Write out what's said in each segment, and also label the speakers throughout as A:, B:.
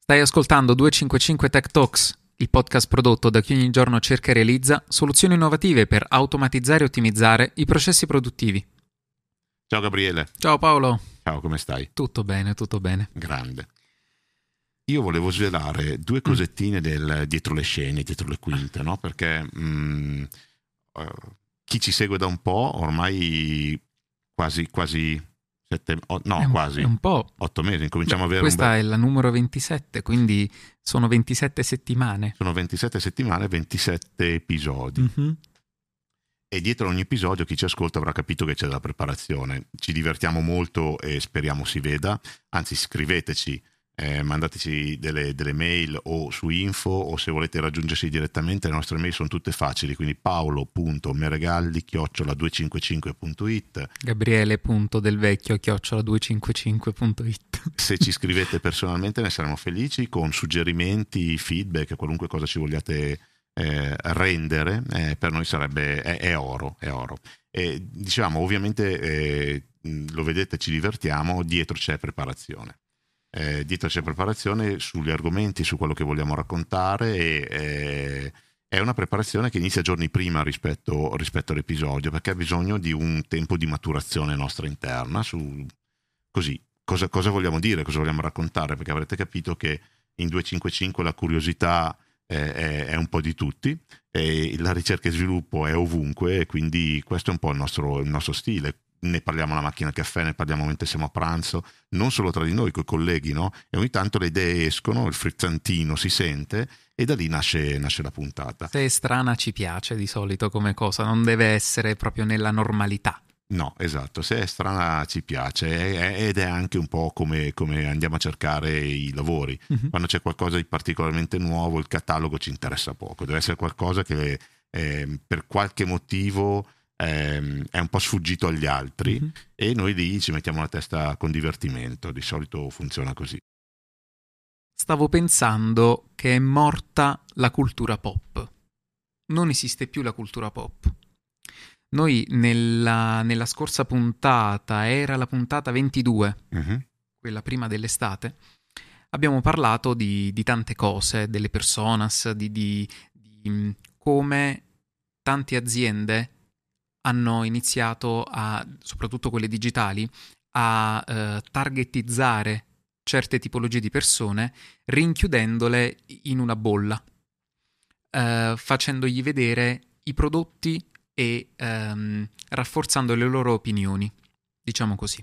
A: Stai ascoltando 255 Tech Talks, il podcast prodotto da chi ogni giorno cerca e realizza soluzioni innovative per automatizzare e ottimizzare i processi produttivi.
B: Ciao Gabriele.
A: Ciao Paolo.
B: Ciao, come stai?
A: Tutto bene, tutto bene.
B: Grande. Io volevo svelare due cosettine dietro le scene, dietro le quinte, no? Perché chi ci segue da un po', ormai quasi quasi
A: è un po'.
B: 8 mesi, incominciamo a avere
A: questa è la numero 27, quindi sono 27 settimane.
B: Sono 27 settimane, 27 episodi.
A: Mm-hmm.
B: E dietro ogni episodio chi ci ascolta avrà capito che c'è della preparazione. Ci divertiamo molto e speriamo si veda. Anzi, scriveteci, mandateci delle mail o su info, o se volete raggiungerci direttamente le nostre mail sono tutte facili, quindi paolo.meregalli@255.it,
A: gabriele.delvecchio@255.it.
B: Se ci scrivete personalmente ne saremo felici, con suggerimenti, feedback, qualunque cosa ci vogliate rendere, per noi sarebbe è oro. E diciamo, ovviamente lo vedete, ci divertiamo, dietro c'è preparazione. Dietro c'è preparazione sugli argomenti, su quello che vogliamo raccontare, e è una preparazione che inizia giorni prima rispetto all'episodio, perché ha bisogno di un tempo di maturazione nostra interna su così cosa vogliamo dire, cosa vogliamo raccontare, perché avrete capito che in 255 la curiosità è un po' di tutti, e la ricerca e sviluppo è ovunque, e quindi questo è un po' il nostro stile. Ne parliamo alla macchina caffè, ne parliamo mentre siamo a pranzo, non solo tra di noi, coi colleghi, no? E ogni tanto le idee escono, il frizzantino si sente, e da lì nasce la puntata.
A: Se è strana ci piace di solito come cosa, non deve essere proprio nella normalità.
B: No, esatto, se è strana ci piace, ed è anche un po' come andiamo a cercare i lavori. Mm-hmm. Quando c'è qualcosa di particolarmente nuovo, il catalogo ci interessa poco, deve essere qualcosa che per qualche motivo è un po' sfuggito agli altri, mm-hmm, e noi lì ci mettiamo la testa con divertimento, di solito funziona così.
A: Stavo pensando che è morta la cultura pop, non esiste più la cultura pop. Noi nella scorsa puntata, era la puntata 22, uh-huh, quella prima dell'estate, abbiamo parlato di tante cose, delle personas, di come tante aziende hanno iniziato soprattutto quelle digitali, a targetizzare certe tipologie di persone, rinchiudendole in una bolla, facendogli vedere i prodotti e rafforzando le loro opinioni, diciamo così.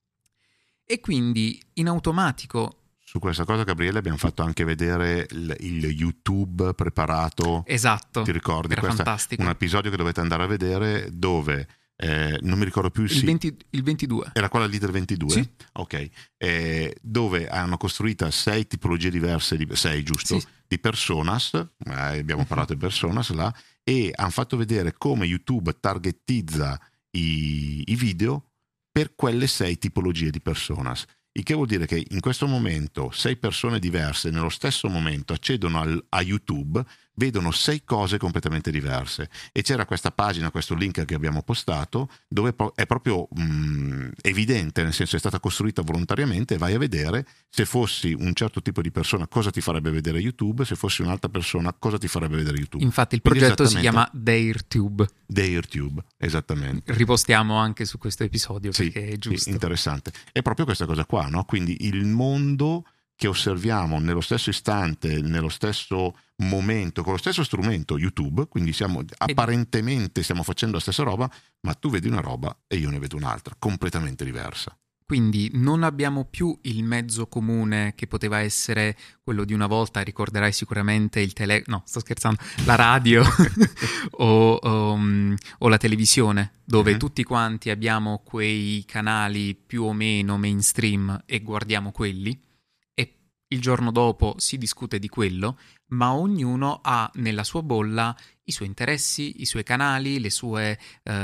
A: E quindi in automatico...
B: Su questa cosa, Gabriele, abbiamo fatto anche vedere il YouTube preparato.
A: Esatto.
B: Ti ricordi?
A: Era fantastico.
B: Un episodio che dovete andare a vedere, dove non mi ricordo più
A: il 22.
B: Era quella lì del 22?
A: Sì.
B: Ok. Dove hanno costruito 6 tipologie diverse, 6 giusto? Sì. Di personas, abbiamo parlato di personas là, e hanno fatto vedere come YouTube targetizza i video per quelle 6 tipologie di personas. Il che vuol dire che in questo momento 6 persone diverse nello stesso momento accedono a YouTube, vedono 6 cose completamente diverse. E c'era questa pagina, questo link che abbiamo postato, dove è proprio evidente, nel senso è stata costruita volontariamente, e vai a vedere se fossi un certo tipo di persona cosa ti farebbe vedere YouTube, se fossi un'altra persona cosa ti farebbe vedere YouTube.
A: Infatti il progetto si chiama DaireTube.
B: DaireTube, esattamente.
A: Ripostiamo anche su questo episodio,
B: sì,
A: perché è giusto.
B: Sì, interessante. È proprio questa cosa qua, no? Quindi il mondo che osserviamo nello stesso istante, nello stesso momento, con lo stesso strumento YouTube, quindi apparentemente stiamo facendo la stessa roba, ma tu vedi una roba e io ne vedo un'altra, completamente diversa.
A: Quindi non abbiamo più il mezzo comune che poteva essere quello di una volta, ricorderai sicuramente la radio o la televisione, dove uh-huh, tutti quanti abbiamo quei canali più o meno mainstream e guardiamo quelli, e il giorno dopo si discute di quello, ma ognuno ha nella sua bolla i suoi interessi, i suoi canali, le sue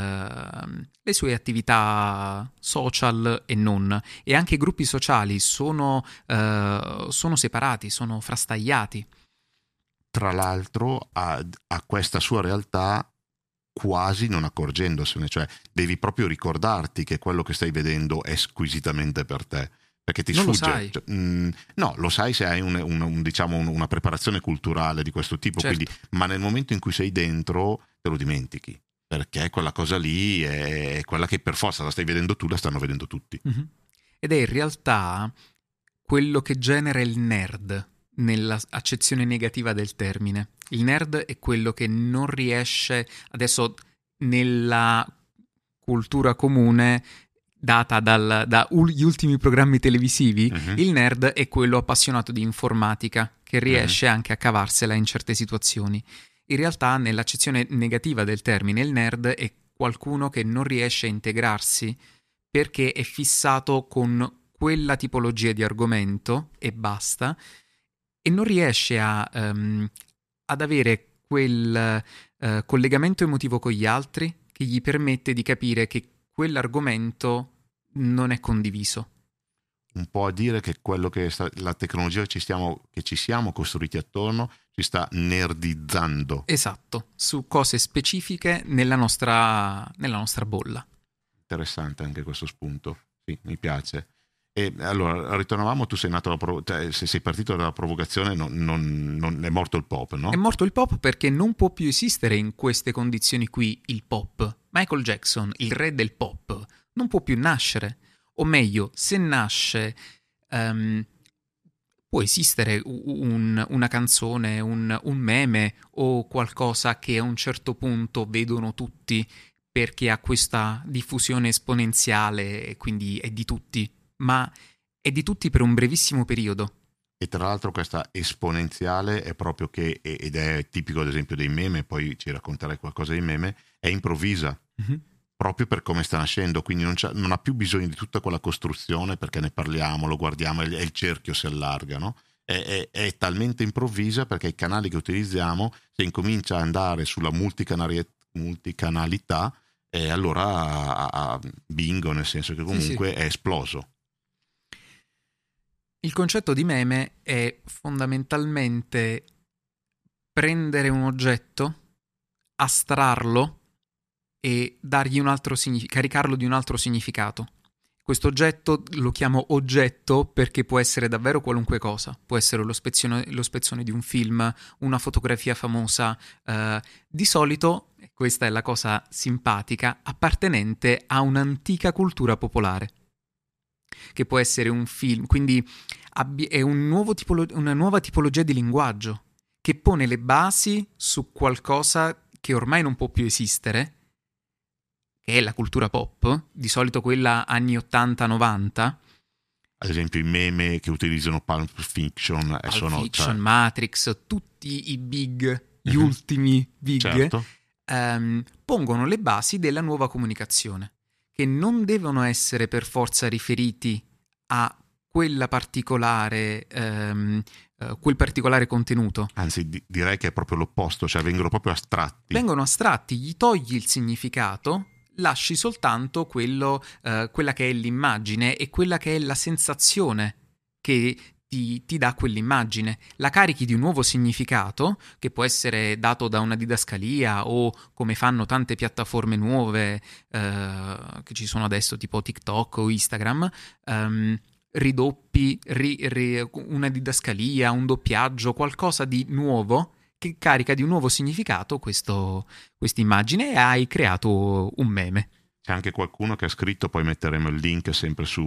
A: attività social e non. E anche i gruppi sociali sono separati, sono frastagliati.
B: Tra l'altro a questa sua realtà quasi non accorgendosene, cioè devi proprio ricordarti che quello che stai vedendo è squisitamente per te, perché ti
A: Non lo
B: sfugge.
A: sai.
B: Cioè, no, lo sai se hai diciamo una preparazione culturale di questo tipo,
A: Certo.
B: quindi, ma nel momento in cui sei dentro te lo dimentichi, perché quella cosa lì è quella che per forza la stai vedendo tu, la stanno vedendo tutti.
A: Mhm. Ed è in realtà quello che genera il nerd nella accezione negativa del termine. Il nerd è quello che non riesce, adesso nella cultura comune data dagli ultimi programmi televisivi,
B: Mhm.
A: il nerd è quello appassionato di informatica che riesce anche a cavarsela in certe situazioni. In realtà, nell'accezione negativa del termine, il nerd è qualcuno che non riesce a integrarsi perché è fissato con quella tipologia di argomento e basta, e non riesce ad avere quel collegamento emotivo con gli altri che gli permette di capire che quell'argomento non è condiviso.
B: Un po' a dire che quello che la tecnologia che ci siamo costruiti attorno ci sta nerdizzando.
A: Esatto, su cose specifiche nella nostra bolla.
B: Interessante anche questo spunto, sì, mi piace. E allora, ritornavamo, tu sei nato cioè, se sei partito dalla provocazione, non è morto il pop, no?
A: È morto il pop perché non può più esistere in queste condizioni qui il pop. Michael Jackson, il re del pop, non può più nascere. O meglio, se nasce, può esistere una canzone, un meme o qualcosa che a un certo punto vedono tutti perché ha questa diffusione esponenziale e quindi è di tutti, ma è di tutti per un brevissimo periodo.
B: E tra l'altro questa esponenziale è proprio che, ed è tipico ad esempio dei meme, poi ci racconterai qualcosa dei meme, è improvvisa.
A: Mm-hmm.
B: Proprio per come sta nascendo, quindi non ha più bisogno di tutta quella costruzione perché ne parliamo, lo guardiamo e il cerchio si allarga, no? È talmente improvvisa perché i canali che utilizziamo, se incomincia ad andare sulla multicanalità, allora bingo, nel senso che comunque
A: Sì.
B: è esploso.
A: Il concetto di meme è fondamentalmente prendere un oggetto, astrarlo e dargli un altro caricarlo di un altro significato. Questo oggetto lo chiamo oggetto perché può essere davvero qualunque cosa. Può essere lo spezzone di un film, una fotografia famosa. Di solito, e questa è la cosa simpatica, appartenente a un'antica cultura popolare. Che può essere un film, quindi è una nuova tipologia di linguaggio che pone le basi su qualcosa che ormai non può più esistere, che è la cultura pop, di solito quella anni 80-90.
B: Ad esempio i meme che utilizzano Pulp Fiction,
A: Fiction, Matrix, tutti i big, gli ultimi big,
B: certo.
A: Pongono le basi della nuova comunicazione, che non devono essere per forza riferiti a quella particolare, quel particolare contenuto.
B: Anzi, direi che è proprio l'opposto, cioè vengono proprio astratti.
A: Vengono astratti, gli togli il significato, lasci soltanto quella che è l'immagine e quella che è la sensazione che ti dà quell'immagine. La carichi di un nuovo significato, che può essere dato da una didascalia o come fanno tante piattaforme nuove che ci sono adesso, tipo TikTok o Instagram, ridoppi una didascalia, un doppiaggio, qualcosa di nuovo che carica di un nuovo significato questa immagine e hai creato un meme.
B: C'è anche qualcuno che ha scritto, poi metteremo il link sempre su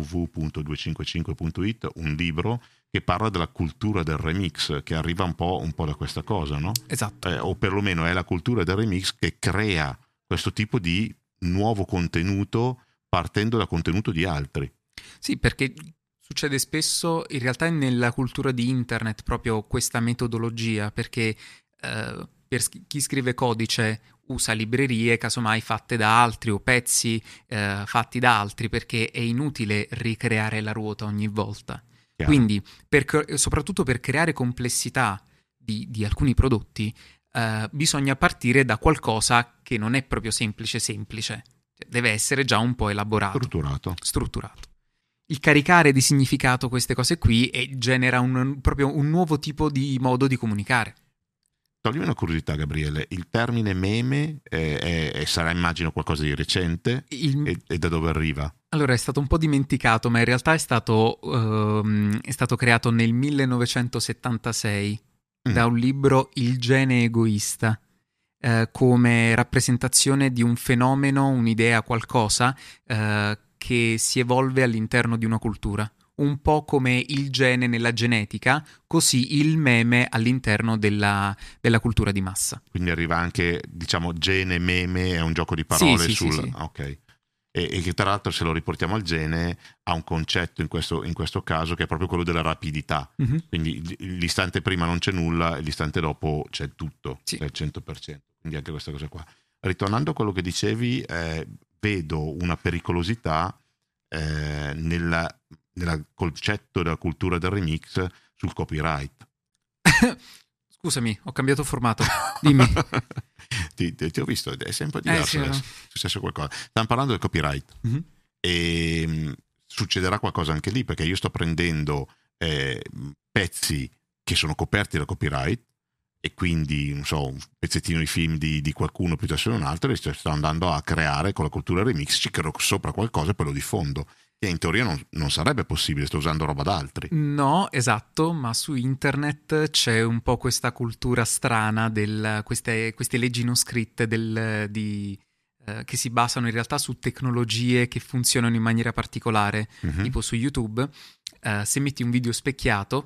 B: www.255.it, un libro che parla della cultura del remix, che arriva un po' da questa cosa, no?
A: Esatto.
B: O perlomeno è la cultura del remix che crea questo tipo di nuovo contenuto partendo da contenuto di altri.
A: Sì, perché succede spesso, in realtà è nella cultura di internet proprio questa metodologia, perché per chi scrive codice usa librerie casomai fatte da altri o pezzi fatti da altri, perché è inutile ricreare la ruota ogni volta.
B: Chiaro.
A: Quindi, soprattutto per creare complessità di alcuni prodotti, bisogna partire da qualcosa che non è proprio semplice. Deve essere già un po' elaborato. Strutturato. Il caricare di significato queste cose qui genera proprio un nuovo tipo di modo di comunicare.
B: toglimi una curiosità, Gabriele, il termine meme sarà, immagino, qualcosa di recente, e da dove arriva?
A: Allora, è stato un po' dimenticato, ma in realtà è stato creato nel 1976 da un libro, Il gene egoista, come rappresentazione di un fenomeno, un'idea, qualcosa che si evolve all'interno di una cultura. Un po' come il gene nella genetica, così il meme all'interno della cultura di massa.
B: Quindi arriva anche, diciamo, gene, meme, è un gioco di parole
A: Sì,
B: sul...
A: sì.
B: Ok. E che tra l'altro, se lo riportiamo al gene, ha un concetto in questo caso che è proprio quello della rapidità.
A: Mm-hmm.
B: Quindi l'istante prima non c'è nulla e l'istante dopo c'è tutto,
A: sì.
B: c'è il 100%. Quindi anche questa cosa qua. Ritornando a quello che dicevi, vedo una pericolosità nel concetto della cultura del remix sul copyright.
A: Scusami, ho cambiato formato. Dimmi.
B: Ti ho visto, è sempre diverso.
A: Sì,
B: è successo qualcosa. Stiamo parlando del copyright.
A: Mm-hmm.
B: E succederà qualcosa anche lì, perché io sto prendendo pezzi che sono coperti da copyright, e quindi, non so, un pezzettino di film di qualcuno piuttosto che un altro, e sto andando a creare con la cultura remix, ci creo sopra qualcosa e poi lo diffondo. Che in teoria non sarebbe possibile, sto usando roba d'altri.
A: No, esatto, ma su internet c'è un po' questa cultura strana, queste leggi non scritte che si basano in realtà su tecnologie che funzionano in maniera particolare.
B: Mm-hmm.
A: Tipo su YouTube, se metti un video specchiato,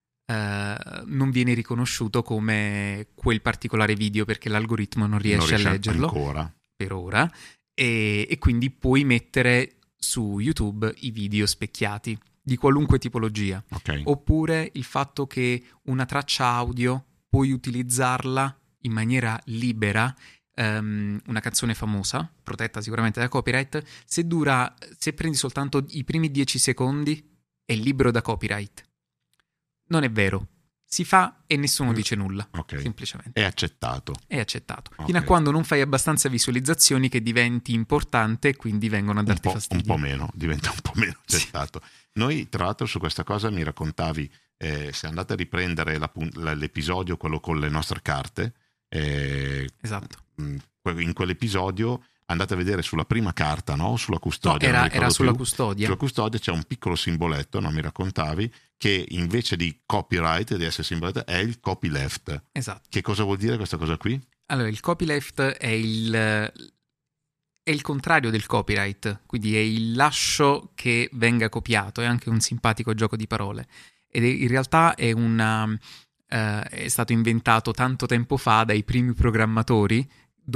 A: non viene riconosciuto come quel particolare video, perché l'algoritmo non riesce a leggerlo
B: ancora
A: per ora, e quindi puoi mettere su YouTube i video specchiati di qualunque tipologia.
B: Okay.
A: Oppure il fatto che una traccia audio puoi utilizzarla in maniera libera, una canzone famosa, protetta sicuramente da copyright, se prendi soltanto i primi 10 secondi è libero da copyright. Non è vero. Si fa e nessuno dice nulla.
B: Okay.
A: Semplicemente.
B: È accettato.
A: Okay. Fino a quando non fai abbastanza visualizzazioni che diventi importante e quindi vengono a darti fastidio.
B: Un po' meno, diventa un po' meno accettato. Sì. Noi, tra l'altro, su questa cosa mi raccontavi, se andate a riprendere l'episodio, quello con le nostre carte,
A: esatto.
B: In quell'episodio andate a vedere sulla prima carta, no? Sulla custodia.
A: No, era sulla custodia.
B: Sulla custodia c'è un piccolo simboletto, no? Mi raccontavi, che invece di copyright, di essere simboletto, è il copyleft.
A: Esatto.
B: Che cosa vuol dire questa cosa qui?
A: Allora, il copyleft è il contrario del copyright, quindi è il lascio che venga copiato, è anche un simpatico gioco di parole. Ed in realtà è stato inventato tanto tempo fa dai primi programmatori,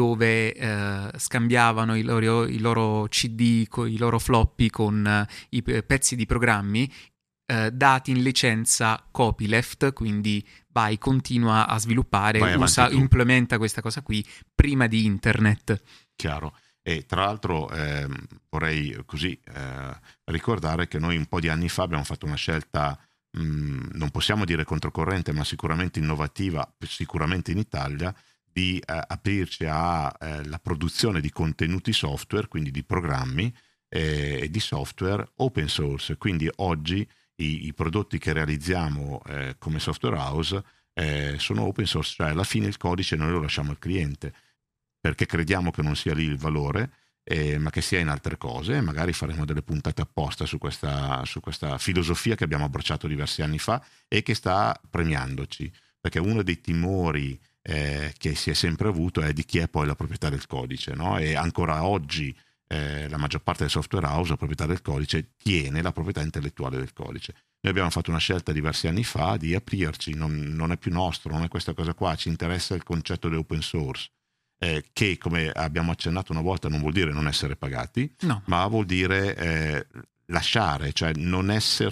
A: dove scambiavano i loro CD, i loro floppy con i pezzi di programmi dati in licenza copyleft, quindi continua a sviluppare, implementa questa cosa qui prima di internet.
B: Chiaro. E tra l'altro vorrei così ricordare che noi un po' di anni fa abbiamo fatto una scelta, non possiamo dire controcorrente, ma sicuramente innovativa, sicuramente in Italia, di aprirci alla produzione di contenuti software, quindi di programmi e di software open source. Quindi oggi i prodotti che realizziamo come software house sono open source, cioè alla fine il codice noi lo lasciamo al cliente, perché crediamo che non sia lì il valore, ma che sia in altre cose. Magari faremo delle puntate apposta su questa filosofia che abbiamo abbracciato diversi anni fa e che sta premiandoci, perché uno dei timori che si è sempre avuto è di chi è poi la proprietà del codice, no? E ancora oggi la maggior parte del software house, la proprietà del codice, tiene la proprietà intellettuale del codice. Noi abbiamo fatto una scelta diversi anni fa di aprirci, non è più nostro, non è questa cosa qua, ci interessa il concetto di open source, che, come abbiamo accennato una volta, non vuol dire non essere pagati,
A: no,
B: ma vuol dire lasciare, cioè non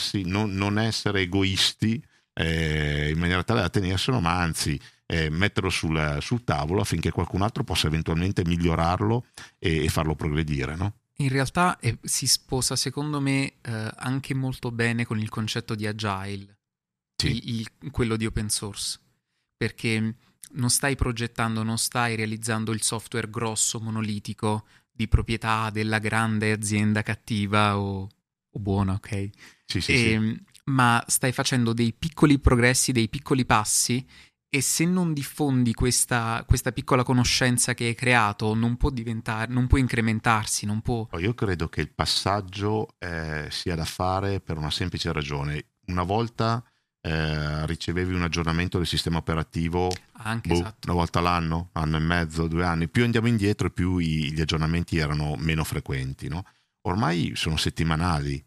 B: essere egoisti in maniera tale da tenerselo, ma anzi metterlo sul tavolo affinché qualcun altro possa eventualmente migliorarlo e farlo progredire, no?
A: In realtà si sposa, secondo me, anche molto bene con il concetto di agile,
B: sì.
A: Quello di open source, perché non stai progettando, non stai realizzando il software grosso, monolitico, di proprietà della grande azienda cattiva o buona, ok?
B: Sì.
A: Ma stai facendo dei piccoli progressi, dei piccoli passi, E se non diffondi questa piccola conoscenza che hai creato, non può incrementarsi, non può...
B: Io credo che il passaggio sia da fare per una semplice ragione. Una volta ricevevi un aggiornamento del sistema operativo
A: esatto.
B: una volta l'anno, anno e mezzo, 2 anni. Più andiamo indietro, più gli aggiornamenti erano meno frequenti, no? Ormai sono settimanali.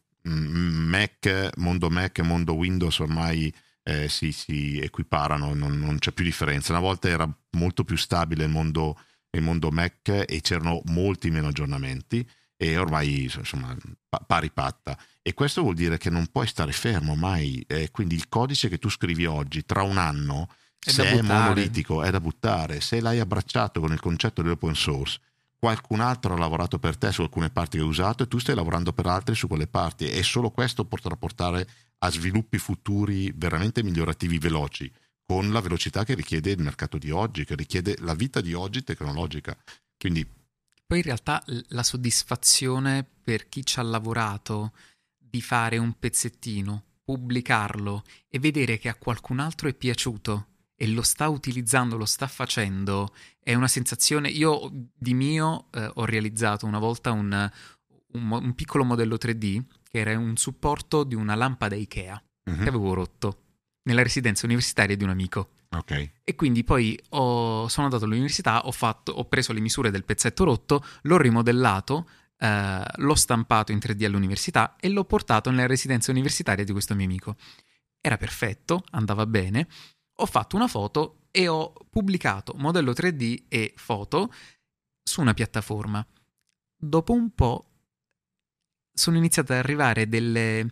B: Mondo Mac e mondo Windows ormai si equiparano, non c'è più differenza. Una volta era molto più stabile il mondo Mac e c'erano molti meno aggiornamenti, e ormai insomma pari patta, e questo vuol dire che non puoi stare fermo mai, quindi il codice che tu scrivi oggi tra un anno, se è monolitico, è da buttare. Se l'hai abbracciato con il concetto dell'open source, qualcun altro ha lavorato per te su alcune parti che hai usato e tu stai lavorando per altri su quelle parti, e solo questo potrà portare a sviluppi futuri veramente migliorativi, veloci, con la velocità che richiede il mercato di oggi, che richiede la vita di oggi tecnologica. Quindi
A: poi in realtà la soddisfazione per chi ci ha lavorato di fare un pezzettino, pubblicarlo e vedere che a qualcun altro è piaciuto e lo sta utilizzando, lo sta facendo, è una sensazione. Io di mio ho realizzato una volta un piccolo modello 3D che era un supporto di una lampada Ikea che avevo rotto nella residenza universitaria di un amico.
B: Okay.
A: E quindi poi sono andato all'università, ho preso le misure del pezzetto rotto, l'ho rimodellato, l'ho stampato in 3D all'università e l'ho portato nella residenza universitaria di questo mio amico. Era perfetto, andava bene. Ho fatto una foto e ho pubblicato modello 3D e foto su una piattaforma. Dopo un po' sono iniziate ad arrivare delle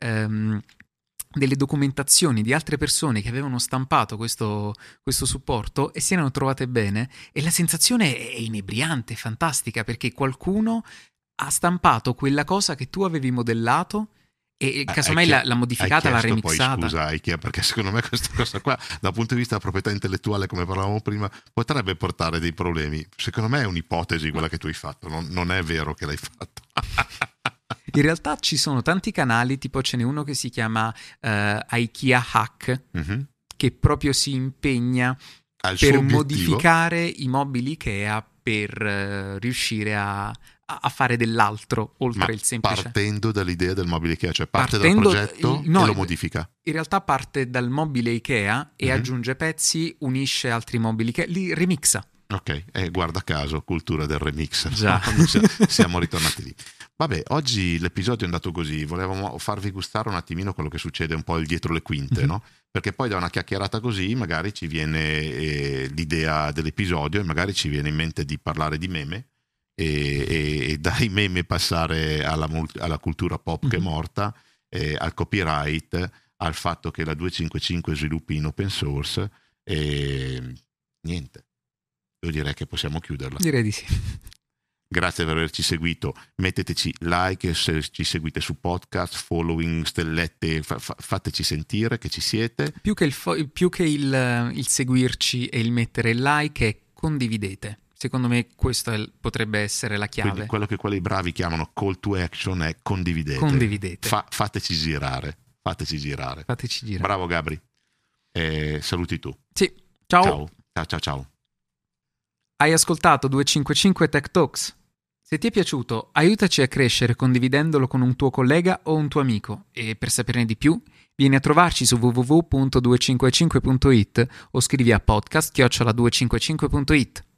A: documentazioni di altre persone che avevano stampato questo supporto e si erano trovate bene, e la sensazione è inebriante, fantastica, perché qualcuno ha stampato quella cosa che tu avevi modellato e casomai l'ha modificata, l'ha remixata.
B: Poi scusa Ikea, perché secondo me questa cosa qua dal punto di vista della proprietà intellettuale, come parlavamo prima, potrebbe portare dei problemi. Secondo me è un'ipotesi quella che tu hai fatto, non è vero che l'hai fatto.
A: In realtà ci sono tanti canali, tipo ce n'è uno che si chiama IKEA Hack, che proprio si impegna per modificare i mobili Ikea per riuscire a fare dell'altro oltre il semplice.
B: Partendo dall'idea del mobile Ikea, cioè parte dal progetto e lo modifica.
A: In realtà parte dal mobile Ikea e aggiunge pezzi, unisce altri mobili Ikea, li remixa.
B: Ok, guarda caso, cultura del remix.
A: Già.
B: Siamo ritornati lì. Vabbè, oggi l'episodio è andato così, volevamo farvi gustare un attimino quello che succede un po' dietro le quinte, no? Perché poi da una chiacchierata così magari ci viene l'idea dell'episodio e magari ci viene in mente di parlare di meme e dai meme passare alla cultura pop che è morta, al copyright, al fatto che la 255 sviluppi in open source, e niente. Io direi che possiamo chiuderla.
A: Direi di sì.
B: Grazie per averci seguito, metteteci like se ci seguite su podcast, following, stellette, fateci sentire che ci siete.
A: Più che il seguirci e il mettere il like, è condividete. Secondo me questa potrebbe essere la chiave.
B: Quindi quello che quelli bravi chiamano call to action è condividete.
A: Condividete.
B: Fateci girare. Fateci girare. Bravo Gabri. Saluti tu.
A: Sì, ciao.
B: Ciao.
A: Hai ascoltato 255 Tech Talks? Se ti è piaciuto, aiutaci a crescere condividendolo con un tuo collega o un tuo amico, e per saperne di più, vieni a trovarci su www.255.it o scrivi a podcast@255.it.